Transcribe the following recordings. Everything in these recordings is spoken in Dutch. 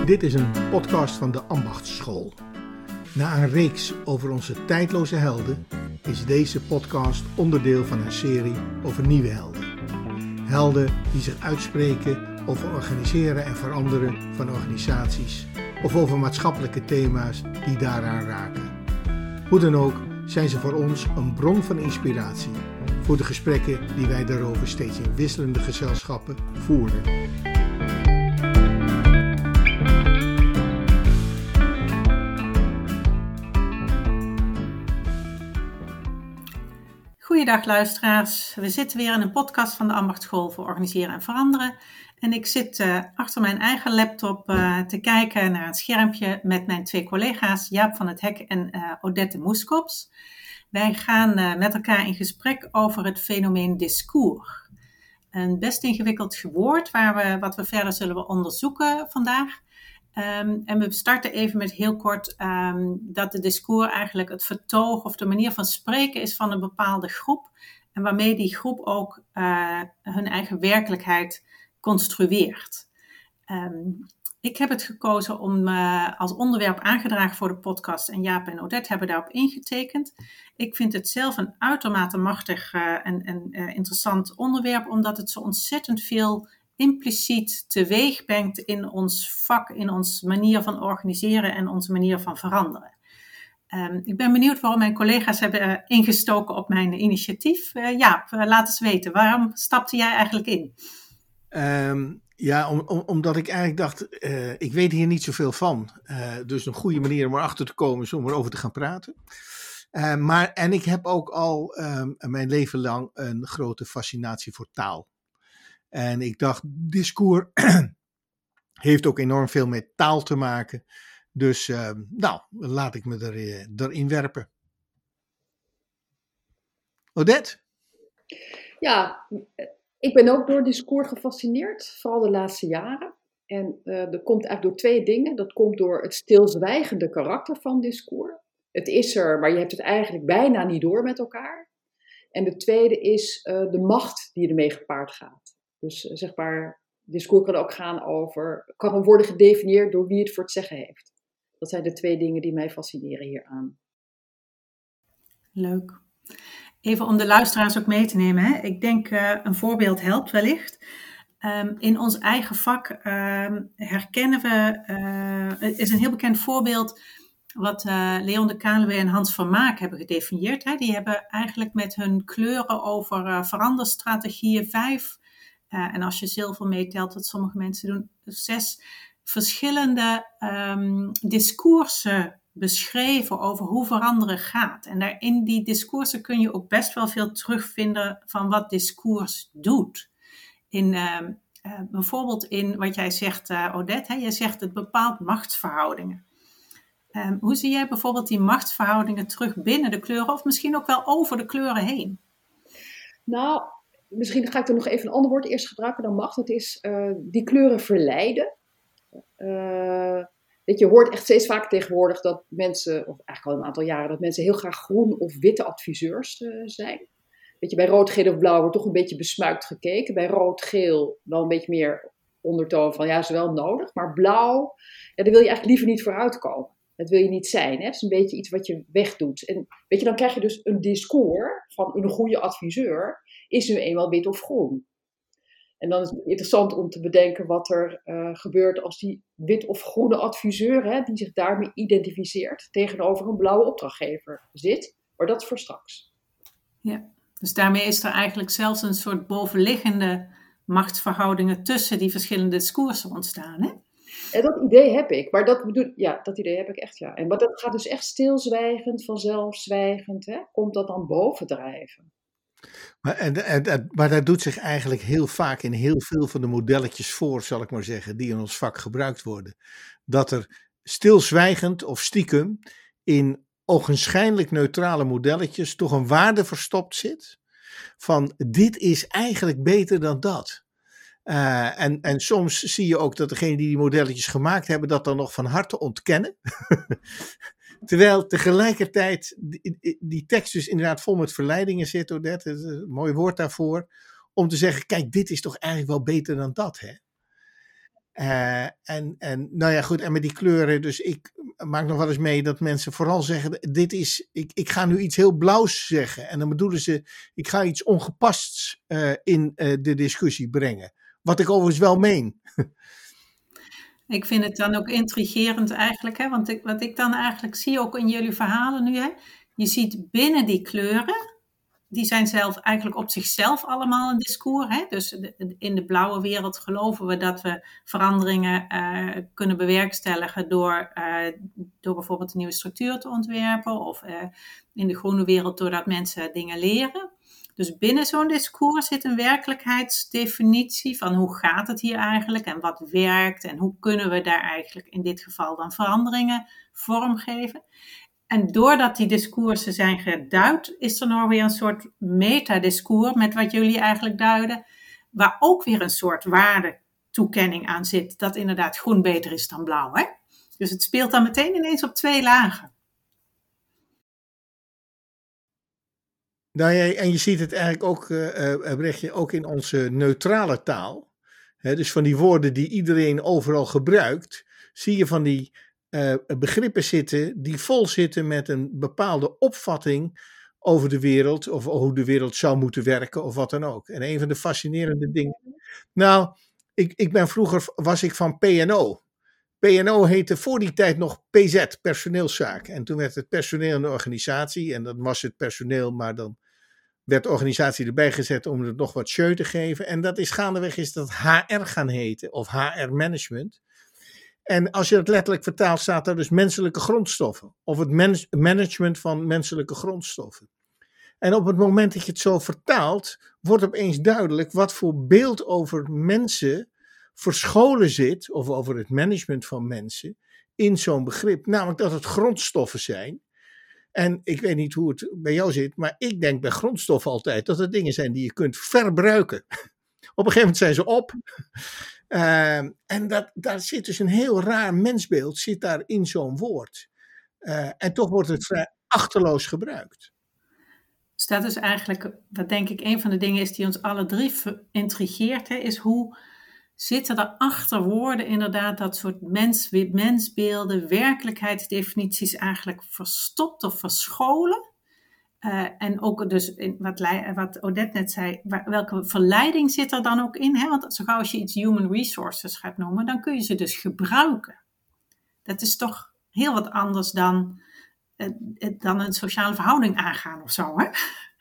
Dit is een podcast van de Ambachtsschool. Na een reeks over onze tijdloze helden is deze podcast onderdeel van een serie over nieuwe helden. Helden die zich uitspreken over organiseren en veranderen van organisaties of over maatschappelijke thema's die daaraan raken. Hoe dan ook zijn ze voor ons een bron van inspiratie voor de gesprekken die wij daarover steeds in wisselende gezelschappen voeren. Goeiedag luisteraars, we zitten weer in een podcast van de Ambachtsschool voor Organiseren en Veranderen. En ik zit achter mijn eigen laptop te kijken naar het schermpje met mijn twee collega's Jaap van het Hek en Odette Moeskops. Wij gaan met elkaar in gesprek over het fenomeen discours. Een best ingewikkeld woord wat we verder zullen onderzoeken vandaag. En we starten even met heel kort dat de discours eigenlijk het vertoog of de manier van spreken is van een bepaalde groep. En waarmee die groep ook hun eigen werkelijkheid construeert. Ik heb het gekozen om als onderwerp aangedragen voor de podcast en Jaap en Odette hebben daarop ingetekend. Ik vind het zelf een uitermate machtig en interessant onderwerp, omdat het zo ontzettend veel impliciet teweeg brengt in ons vak, in onze manier van organiseren en onze manier van veranderen. Ik ben benieuwd waarom mijn collega's hebben ingestoken op mijn initiatief. Jaap, laat eens weten, waarom stapte jij eigenlijk in? Omdat ik eigenlijk dacht, ik weet hier niet zoveel van. Dus een goede manier om erachter te komen is om erover te gaan praten. En ik heb ook al mijn leven lang een grote fascinatie voor taal. En ik dacht, discours heeft ook enorm veel met taal te maken. Dus laat ik me erin werpen. Odette? Ja, ik ben ook door discours gefascineerd, vooral de laatste jaren. En dat komt eigenlijk door twee dingen. Dat komt door het stilzwijgende karakter van discours. Het is er, maar je hebt het eigenlijk bijna niet door met elkaar. En de tweede is de macht die ermee gepaard gaat. Dus zeg maar, discours kan ook gaan kan worden gedefinieerd door wie het voor het zeggen heeft. Dat zijn de twee dingen die mij fascineren hieraan. Leuk. Even om de luisteraars ook mee te nemen. Hè? Ik denk een voorbeeld helpt wellicht. In ons eigen vak herkennen we, het is een heel bekend voorbeeld wat Leon de Kaluwe en Hans Vermaak hebben gedefinieerd. Hè? Die hebben eigenlijk met hun kleuren over veranderstrategieën 5, en als je zilver meetelt, wat sommige mensen doen, 6 verschillende discoursen beschreven over hoe veranderen gaat. En in die discoursen kun je ook best wel veel terugvinden van wat discours doet. Bijvoorbeeld in wat jij zegt, Odette, hè? Je zegt het bepaalt machtsverhoudingen. Hoe zie jij bijvoorbeeld die machtsverhoudingen terug binnen de kleuren of misschien ook wel over de kleuren heen? Nou, misschien ga ik er nog even een ander woord eerst gebruiken dan macht. Dat is die kleuren verleiden. Je hoort echt steeds vaker tegenwoordig dat mensen, of eigenlijk al een aantal jaren, dat mensen heel graag groen of witte adviseurs zijn. Bij rood, geel of blauw wordt toch een beetje besmuikt gekeken. Bij rood, geel wel een beetje meer ondertoon van ja, is wel nodig. Maar blauw, daar wil je eigenlijk liever niet vooruitkomen. Dat wil je niet zijn. Hè? Het is een beetje iets wat je wegdoet. En dan krijg je dus een discours van een goede adviseur is nu eenmaal wit of groen. En dan is het interessant om te bedenken wat er gebeurt als die wit of groene adviseur, die zich daarmee identificeert, tegenover een blauwe opdrachtgever zit. Maar dat is voor straks. Ja, dus daarmee is er eigenlijk zelfs een soort bovenliggende machtsverhoudingen tussen die verschillende discoursen ontstaan, hè? En dat idee heb ik, maar dat idee heb ik echt, ja. Maar dat gaat dus echt stilzwijgend, vanzelfzwijgend, hè? Komt dat dan bovendrijven. Maar dat doet zich eigenlijk heel vaak in heel veel van de modelletjes voor, zal ik maar zeggen, die in ons vak gebruikt worden. Dat er stilzwijgend of stiekem in ogenschijnlijk neutrale modelletjes toch een waarde verstopt zit van dit is eigenlijk beter dan dat. En soms zie je ook dat degenen die modelletjes gemaakt hebben dat dan nog van harte ontkennen. Terwijl tegelijkertijd die tekst dus inderdaad vol met verleidingen zit, Odette, dat is een mooi woord daarvoor, om te zeggen, kijk, dit is toch eigenlijk wel beter dan dat, hè? En nou ja, goed, en met die kleuren, dus ik maak nog wel eens mee dat mensen vooral zeggen, ik ga nu iets heel blauws zeggen. En dan bedoelen ze, ik ga iets ongepasts in de discussie brengen. Wat ik overigens wel meen. Ik vind het dan ook intrigerend eigenlijk, hè? Want wat ik dan eigenlijk zie, ook in jullie verhalen nu, hè? Je ziet binnen die kleuren, die zijn zelf eigenlijk op zichzelf allemaal een discours. Hè? Dus in de blauwe wereld geloven we dat we veranderingen kunnen bewerkstelligen door bijvoorbeeld een nieuwe structuur te ontwerpen. Of in de groene wereld doordat mensen dingen leren. Dus binnen zo'n discours zit een werkelijkheidsdefinitie van hoe gaat het hier eigenlijk en wat werkt en hoe kunnen we daar eigenlijk in dit geval dan veranderingen vormgeven. En doordat die discoursen zijn geduid, is er nog weer een soort metadiscours met wat jullie eigenlijk duiden, waar ook weer een soort waardetoekenning aan zit, dat inderdaad groen beter is dan blauw. Hè? Dus het speelt dan meteen ineens op 2 lagen. Nou ja, en je ziet het eigenlijk ook, Brechtje, ook in onze neutrale taal. Dus van die woorden die iedereen overal gebruikt, zie je van die begrippen zitten die vol zitten met een bepaalde opvatting over de wereld, of hoe de wereld zou moeten werken, of wat dan ook. En een van de fascinerende dingen. Nou, vroeger was ik van P&O. P&O heette voor die tijd nog PZ, personeelszaken. En toen werd het personeel een organisatie, en dat was het personeel, maar dan werd de organisatie erbij gezet om het nog wat show te geven. En dat is gaandeweg is dat HR gaan heten, of HR management. En als je het letterlijk vertaalt, staat er dus menselijke grondstoffen. Of het management van menselijke grondstoffen. En op het moment dat je het zo vertaalt, wordt opeens duidelijk wat voor beeld over mensen verscholen zit, of over het management van mensen, in zo'n begrip. Namelijk dat het grondstoffen zijn. En ik weet niet hoe het bij jou zit, maar ik denk bij grondstoffen altijd dat het dingen zijn die je kunt verbruiken. Op een gegeven moment zijn ze op. En daar zit dus een heel raar mensbeeld zit daar in zo'n woord. En toch wordt het vrij achterloos gebruikt. Dus dat is eigenlijk, dat denk ik, een van de dingen is die ons alle drie intrigeert. Hè, is hoe zitten er achter woorden inderdaad dat soort mensbeelden, werkelijkheidsdefinities eigenlijk verstopt of verscholen. En ook dus, wat Odette net zei, welke verleiding zit er dan ook in? Hè? Want zo gauw als je iets human resources gaat noemen, dan kun je ze dus gebruiken. Dat is toch heel wat anders dan een sociale verhouding aangaan of zo. Hè?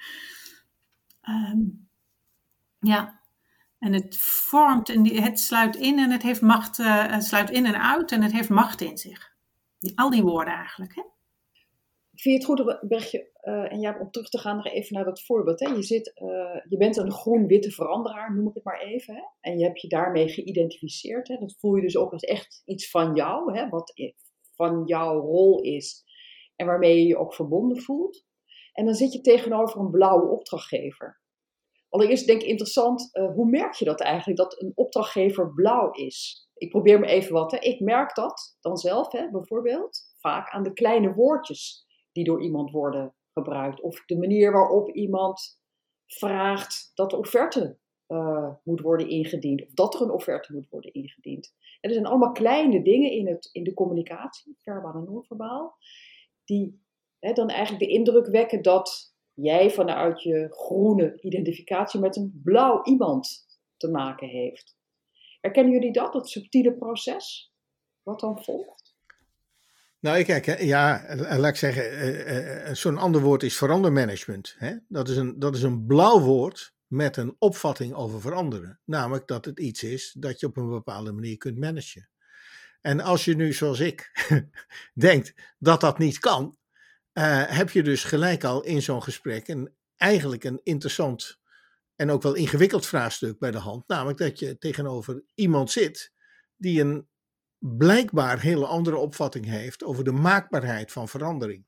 Ja. En het vormt, het sluit in en het heeft macht, sluit in en uit en het heeft macht in zich. Al die woorden eigenlijk. Hè? Vind je het goed, Brechtje, en ja, om terug te gaan nog even naar dat voorbeeld. Hè? Je bent een groen-witte veranderaar, noem ik het maar even. Hè? En je hebt je daarmee geïdentificeerd. Hè? Dat voel je dus ook als echt iets van jou, hè? Wat van jouw rol is. En waarmee je je ook verbonden voelt. En dan zit je tegenover een blauwe opdrachtgever. Allereerst denk ik interessant, hoe merk je dat eigenlijk, dat een opdrachtgever blauw is? Ik probeer me even wat. Hè? Ik merk dat dan zelf, hè, bijvoorbeeld, vaak aan de kleine woordjes die door iemand worden gebruikt. Of de manier waarop iemand vraagt dat de offerte moet worden ingediend. Of dat er een offerte moet worden ingediend. En er zijn allemaal kleine dingen in de communicatie, verbaal en non-verbaal, die dan eigenlijk de indruk wekken dat jij vanuit je groene identificatie met een blauw iemand te maken heeft. Herkennen jullie dat subtiele proces? Wat dan volgt? Nou, kijk, laat ik zeggen, zo'n ander woord is verandermanagement. Hè? Dat is een blauw woord met een opvatting over veranderen. Namelijk dat het iets is dat je op een bepaalde manier kunt managen. En als je nu, zoals ik, denkt dat dat niet kan, heb je dus gelijk al in zo'n gesprek eigenlijk een interessant en ook wel ingewikkeld vraagstuk bij de hand. Namelijk dat je tegenover iemand zit die een blijkbaar hele andere opvatting heeft over de maakbaarheid van verandering.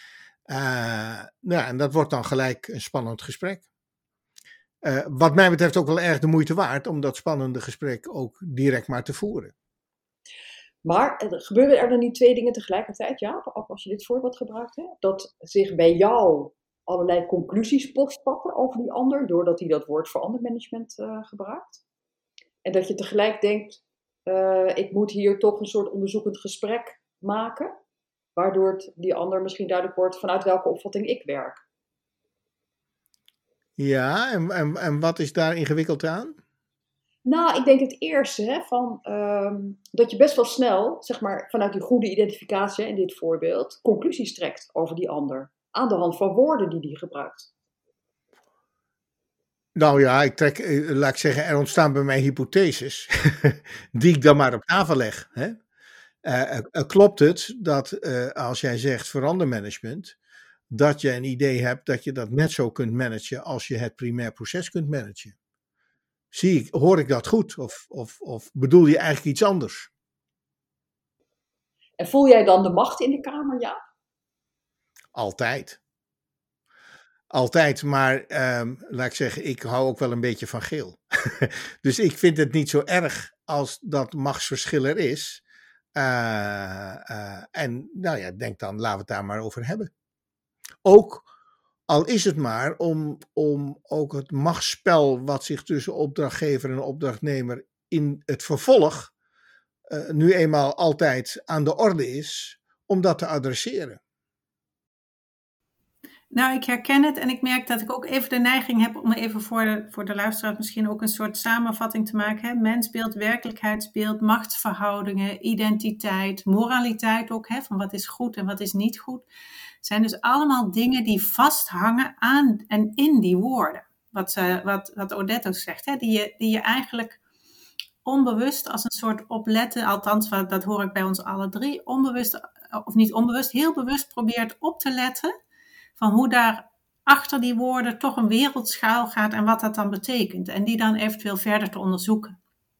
En dat wordt dan gelijk een spannend gesprek. Wat mij betreft ook wel erg de moeite waard om dat spannende gesprek ook direct maar te voeren. Maar gebeuren er dan niet 2 dingen tegelijkertijd, ja? Als je dit voorbeeld gebruikt, hè? Dat zich bij jou allerlei conclusies postvatten over die ander, doordat hij dat woord verandermanagement gebruikt. En dat je tegelijk denkt, Ik moet hier toch een soort onderzoekend gesprek maken, waardoor die ander misschien duidelijk wordt vanuit welke opvatting ik werk. Ja, en wat is daar ingewikkeld aan? Nou, ik denk het eerste, dat je best wel snel, zeg maar, vanuit die goede identificatie in dit voorbeeld, conclusies trekt over die ander. Aan de hand van woorden die die gebruikt. Nou ja, laat ik zeggen, er ontstaan bij mij hypotheses die ik dan maar op tafel leg. Hè? Klopt het dat als jij zegt verandermanagement, dat je een idee hebt dat je dat net zo kunt managen als je het primair proces kunt managen? Hoor ik dat goed? Of bedoel je eigenlijk iets anders? En voel jij dan de macht in de kamer, ja? Altijd. Altijd, maar laat ik zeggen, ik hou ook wel een beetje van geel. Dus ik vind het niet zo erg als dat machtsverschil er is. En nou ja, denk dan, laten we het daar maar over hebben. Ook al is het maar om ook het machtsspel wat zich tussen opdrachtgever en opdrachtnemer in het vervolg nu eenmaal altijd aan de orde is, om dat te adresseren. Nou, ik herken het en ik merk dat ik ook even de neiging heb om even voor de luisteraar misschien ook een soort samenvatting te maken. Hè? Mensbeeld, werkelijkheidsbeeld, machtsverhoudingen, identiteit, moraliteit ook. Hè? Van wat is goed en wat is niet goed. Het zijn dus allemaal dingen die vasthangen aan en in die woorden. Wat Odette ook zegt, hè? Die je eigenlijk onbewust als een soort opletten, althans dat hoor ik bij ons alle drie, onbewust of niet onbewust, heel bewust probeert op te letten van hoe daar achter die woorden toch een wereld schuil gaat en wat dat dan betekent. En die dan eventueel verder te onderzoeken.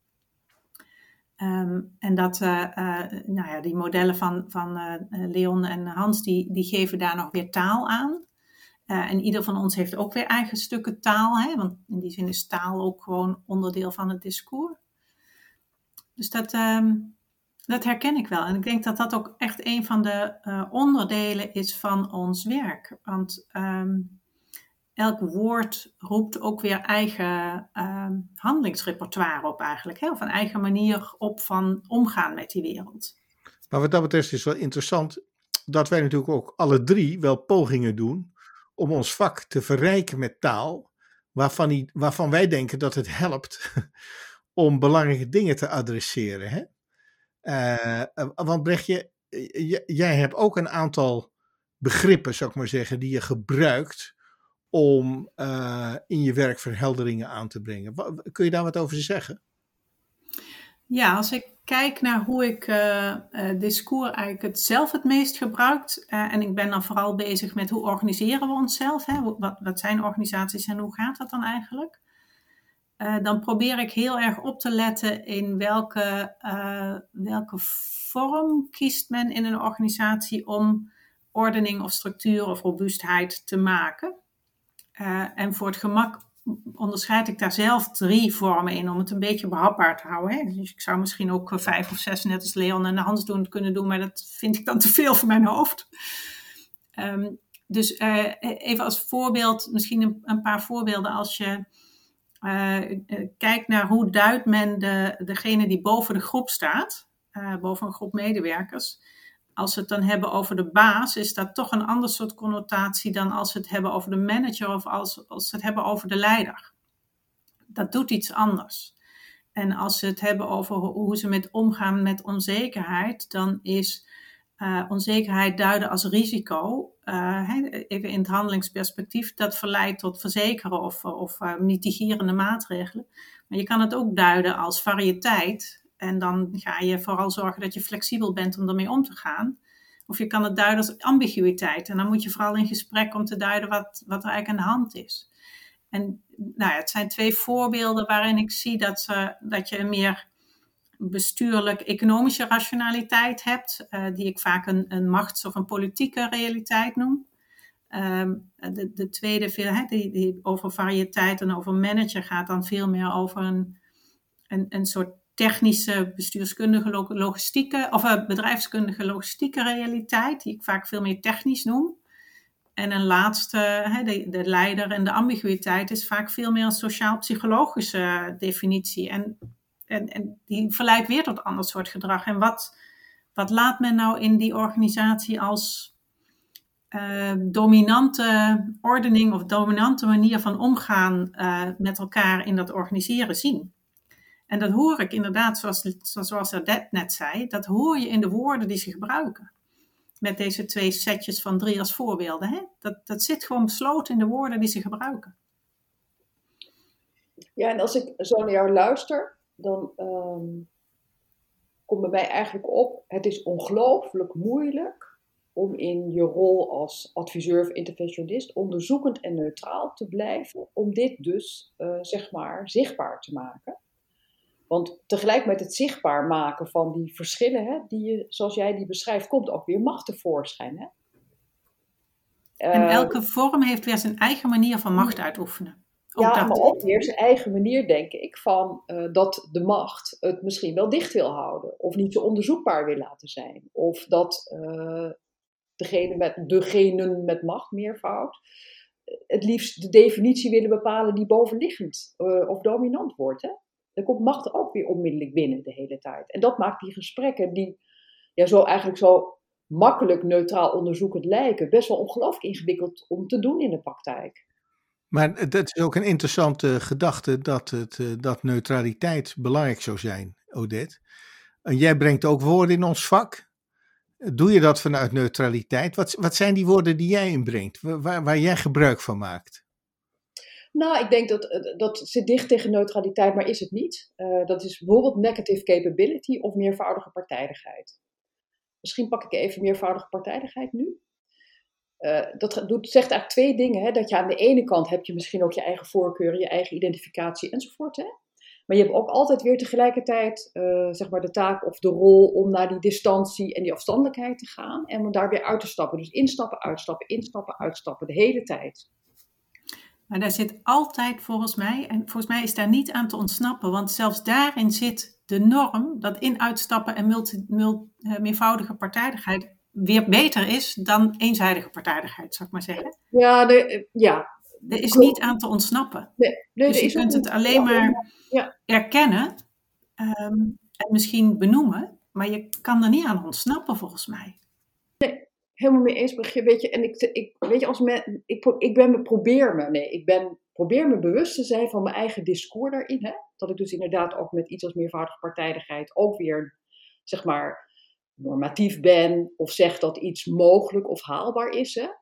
En dat, nou ja, die modellen van Leon en Hans, die geven daar nog weer taal aan. En ieder van ons heeft ook weer eigen stukken taal. Hè? Want in die zin is taal ook gewoon onderdeel van het discours. Dus dat herken ik wel. En ik denk dat dat ook echt een van de onderdelen is van ons werk. Want elk woord roept ook weer eigen handelingsrepertoire op eigenlijk. Hè? Of een eigen manier op van omgaan met die wereld. Maar wat dat betreft is wel interessant dat wij natuurlijk ook alle drie wel pogingen doen om ons vak te verrijken met taal, waarvan wij denken dat het helpt om belangrijke dingen te adresseren. Hè? Want Brechtje, jij hebt ook een aantal begrippen, zou ik maar zeggen, die je gebruikt om in je werk verhelderingen aan te brengen. Kun je daar wat over zeggen? Ja, als ik kijk naar hoe ik discours eigenlijk zelf het meest gebruikt, en ik ben dan vooral bezig met hoe organiseren we onszelf, hè? Wat zijn organisaties en hoe gaat dat dan eigenlijk? Dan probeer ik heel erg op te letten in welke vorm kiest men in een organisatie om ordening of structuur of robuustheid te maken. En voor het gemak onderscheid ik daar zelf 3 vormen in om het een beetje behapbaar te houden. Hè? Dus ik zou misschien ook 5 of 6 net als Leon en Hans kunnen doen, maar dat vind ik dan te veel voor mijn hoofd. Dus even als voorbeeld, misschien een paar voorbeelden als je kijkt naar hoe duidt men degene die boven de groep staat, boven een groep medewerkers. Als we het dan hebben over de baas, is dat toch een ander soort connotatie dan als we het hebben over de manager of als we het hebben over de leider. Dat doet iets anders. En als we het hebben over hoe ze omgaan met onzekerheid, dan is onzekerheid duiden als risico, even in het handelingsperspectief, dat verleidt tot verzekeren of mitigerende maatregelen. Maar je kan het ook duiden als variëteit. En dan ga je vooral zorgen dat je flexibel bent om ermee om te gaan. Of je kan het duiden als ambiguïteit. En dan moet je vooral in gesprek om te duiden wat er eigenlijk aan de hand is. En nou ja, het zijn 2 voorbeelden waarin ik zie dat je een meer bestuurlijk-economische rationaliteit hebt. Die ik vaak een machts- of een politieke realiteit noem. De tweede, die over variëteit en over manager gaat dan veel meer over een soort technische, bestuurskundige, logistieke of bedrijfskundige logistieke realiteit, die ik vaak veel meer technisch noem. En een laatste, de leider en de ambiguïteit is vaak veel meer een sociaal-psychologische definitie. En en die verleidt weer tot ander soort gedrag. En wat laat men nou in die organisatie als dominante ordening of dominante manier van omgaan met elkaar in dat organiseren zien? En dat hoor ik inderdaad, zoals Odette net zei, dat hoor je in de woorden die ze gebruiken. Met deze 2 setjes van 3 als voorbeelden. Hè? Dat zit gewoon besloten in de woorden die ze gebruiken. Ja, en als ik zo naar jou luister, dan komt bij mij eigenlijk op, het is ongelooflijk moeilijk om in je rol als adviseur of interventionist onderzoekend en neutraal te blijven, om dit dus, zichtbaar te maken. Want tegelijk met het zichtbaar maken van die verschillen, hè, zoals jij die beschrijft, komt ook weer macht tevoorschijn. Hè? En elke vorm heeft weer zijn eigen manier van macht uitoefenen. Maar ook weer zijn eigen manier, denk ik, van dat de macht het misschien wel dicht wil houden. Of niet zo onderzoekbaar wil laten zijn. Of dat degenen met macht, meervoud, het liefst de definitie willen bepalen die bovenliggend of dominant wordt. Hè? Dan komt macht ook weer onmiddellijk binnen de hele tijd. En dat maakt die gesprekken die zo makkelijk neutraal onderzoekend lijken, best wel ongelooflijk ingewikkeld om te doen in de praktijk. Maar dat is ook een interessante gedachte dat neutraliteit belangrijk zou zijn, Odette. En jij brengt ook woorden in ons vak. Doe je dat vanuit neutraliteit? Wat zijn die woorden die jij inbrengt, waar jij gebruik van maakt? Nou, ik denk dat zit dicht tegen neutraliteit, maar is het niet. Dat is bijvoorbeeld negative capability of meervoudige partijdigheid. Misschien pak ik even meervoudige partijdigheid nu. Dat zegt eigenlijk 2 dingen. Hè? Dat je aan de ene kant heb je misschien ook je eigen voorkeuren, je eigen identificatie enzovoort. Hè? Maar je hebt ook altijd weer tegelijkertijd de taak of de rol om naar die distantie en die afstandelijkheid te gaan. En om daar weer uit te stappen. Dus instappen, uitstappen, de hele tijd. Maar daar zit altijd volgens mij is daar niet aan te ontsnappen. Want zelfs daarin zit de norm dat in-uitstappen en meervoudige partijdigheid weer beter is dan eenzijdige partijdigheid, zou ik maar zeggen. Er is niet aan te ontsnappen. Nee, dus je kunt het alleen maar erkennen en misschien benoemen, maar je kan er niet aan ontsnappen volgens mij. Nee, helemaal mee eens, Brigitte. Weet je, en ik probeer me bewust te zijn van mijn eigen discours daarin. Hè? Dat ik dus inderdaad ook met iets als meervoudige partijdigheid ook weer, normatief ben of zeg dat iets mogelijk of haalbaar is. Hè?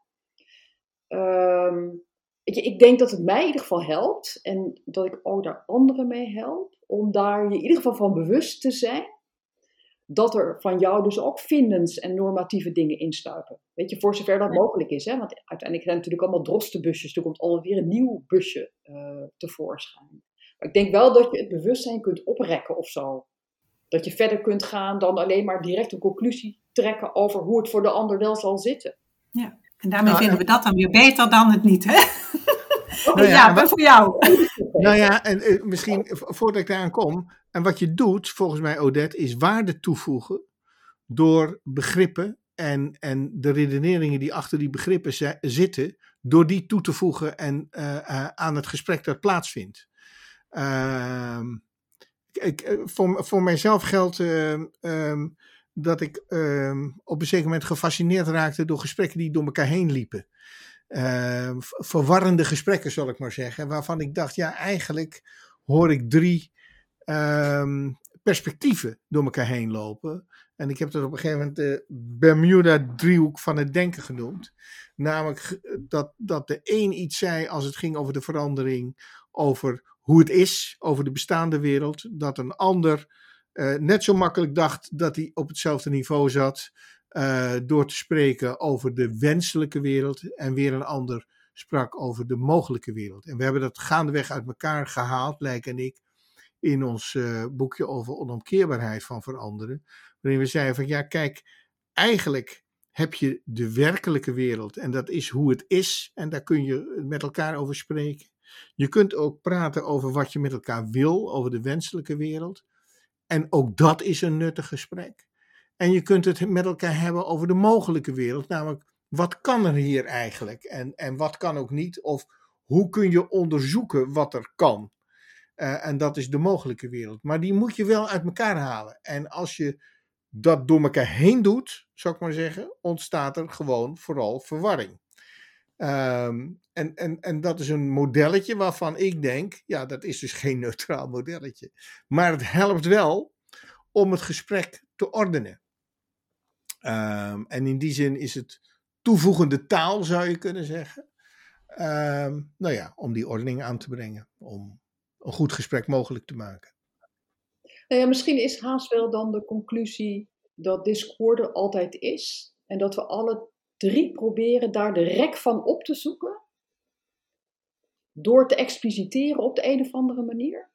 Ik denk dat het mij in ieder geval helpt en dat ik ook daar anderen mee help om daar je in ieder geval van bewust te zijn dat er van jou dus ook vindens en normatieve dingen instuipen. Weet je, voor zover dat mogelijk is. Hè? Want uiteindelijk zijn natuurlijk allemaal drostenbusjes. Er komt alweer een nieuw busje tevoorschijn. Maar ik denk wel dat je het bewustzijn kunt oprekken of zo. Dat je verder kunt gaan dan alleen maar direct een conclusie trekken over hoe het voor de ander wel zal zitten. Ja, en daarmee vinden we dat dan weer beter dan het niet, hè? Maar voor jou. Nou ja, en misschien voordat ik daaraan kom. En wat je doet, volgens mij, Odette, is waarde toevoegen door begrippen en de redeneringen die achter die begrippen zitten, door die toe te voegen en aan het gesprek dat plaatsvindt. Voor mijzelf geldt dat ik op een zeker moment gefascineerd raakte door gesprekken die door elkaar heen liepen. Verwarrende gesprekken, zal ik maar zeggen, waarvan ik dacht, ja, eigenlijk hoor ik 3 perspectieven door elkaar heen lopen. En ik heb dat op een gegeven moment de Bermuda-driehoek van het denken genoemd. Namelijk dat de een iets zei als het ging over de verandering, over hoe het is, over de bestaande wereld. Dat een ander net zo makkelijk dacht dat hij op hetzelfde niveau zat door te spreken over de wenselijke wereld. En weer een ander sprak over de mogelijke wereld. En we hebben dat gaandeweg uit elkaar gehaald, Lijk en ik, in ons boekje over onomkeerbaarheid van veranderen. Waarin we zeiden van ja, kijk, eigenlijk heb je de werkelijke wereld en dat is hoe het is en daar kun je met elkaar over spreken. Je kunt ook praten over wat je met elkaar wil, over de wenselijke wereld. En ook dat is een nuttig gesprek. En je kunt het met elkaar hebben over de mogelijke wereld, namelijk wat kan er hier eigenlijk en wat kan ook niet, of hoe kun je onderzoeken wat er kan. En dat is de mogelijke wereld. Maar die moet je wel uit elkaar halen. En als je dat door elkaar heen doet, zou ik maar zeggen, ontstaat er gewoon vooral verwarring. En dat is een modelletje waarvan ik denk, ja, dat is dus geen neutraal modelletje. Maar het helpt wel om het gesprek te ordenen. En in die zin is het toevoegende taal, zou je kunnen zeggen. Om die ordening aan te brengen. Om een goed gesprek mogelijk te maken. Nou ja, misschien is haast wel dan de conclusie dat discours er altijd is. En dat we alle 3 proberen daar de rek van op te zoeken. Door te expliciteren op de een of andere manier.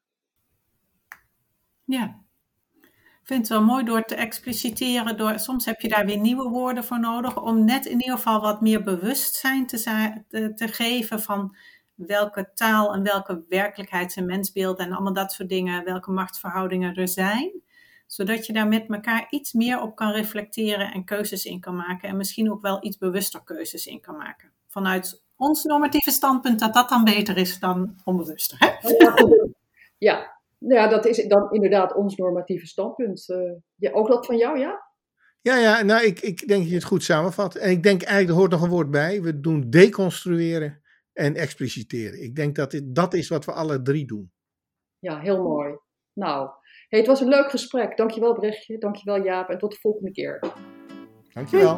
Ja. Ik vind het wel mooi door te expliciteren. Soms heb je daar weer nieuwe woorden voor nodig. Om net in ieder geval wat meer bewustzijn te geven van welke taal en welke werkelijkheid zijn mensbeeld en allemaal dat soort dingen. Welke machtsverhoudingen er zijn. Zodat je daar met elkaar iets meer op kan reflecteren en keuzes in kan maken. En misschien ook wel iets bewuster keuzes in kan maken. Vanuit ons normatieve standpunt dat dan beter is dan onbewuster. Hè? Ja. Ja, dat is dan inderdaad ons normatieve standpunt. Ook dat van jou, ja? Ja, nou, ik denk dat je het goed samenvat. En ik denk eigenlijk, er hoort nog een woord bij. We doen deconstrueren en expliciteren. Ik denk dat dat is wat we alle 3 doen. Ja, heel mooi. Nou, het was een leuk gesprek. Dankjewel Brechtje, dankjewel Jaap en tot de volgende keer. Dankjewel.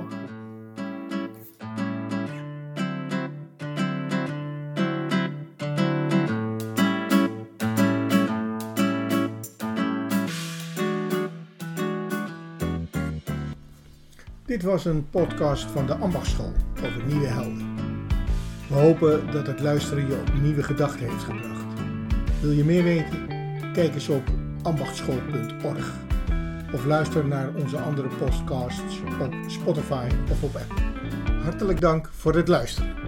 Dit was een podcast van de Ambachtsschool over nieuwe helden. We hopen dat het luisteren je op nieuwe gedachten heeft gebracht. Wil je meer weten? Kijk eens op ambachtsschool.org of luister naar onze andere podcasts op Spotify of op Apple. Hartelijk dank voor het luisteren.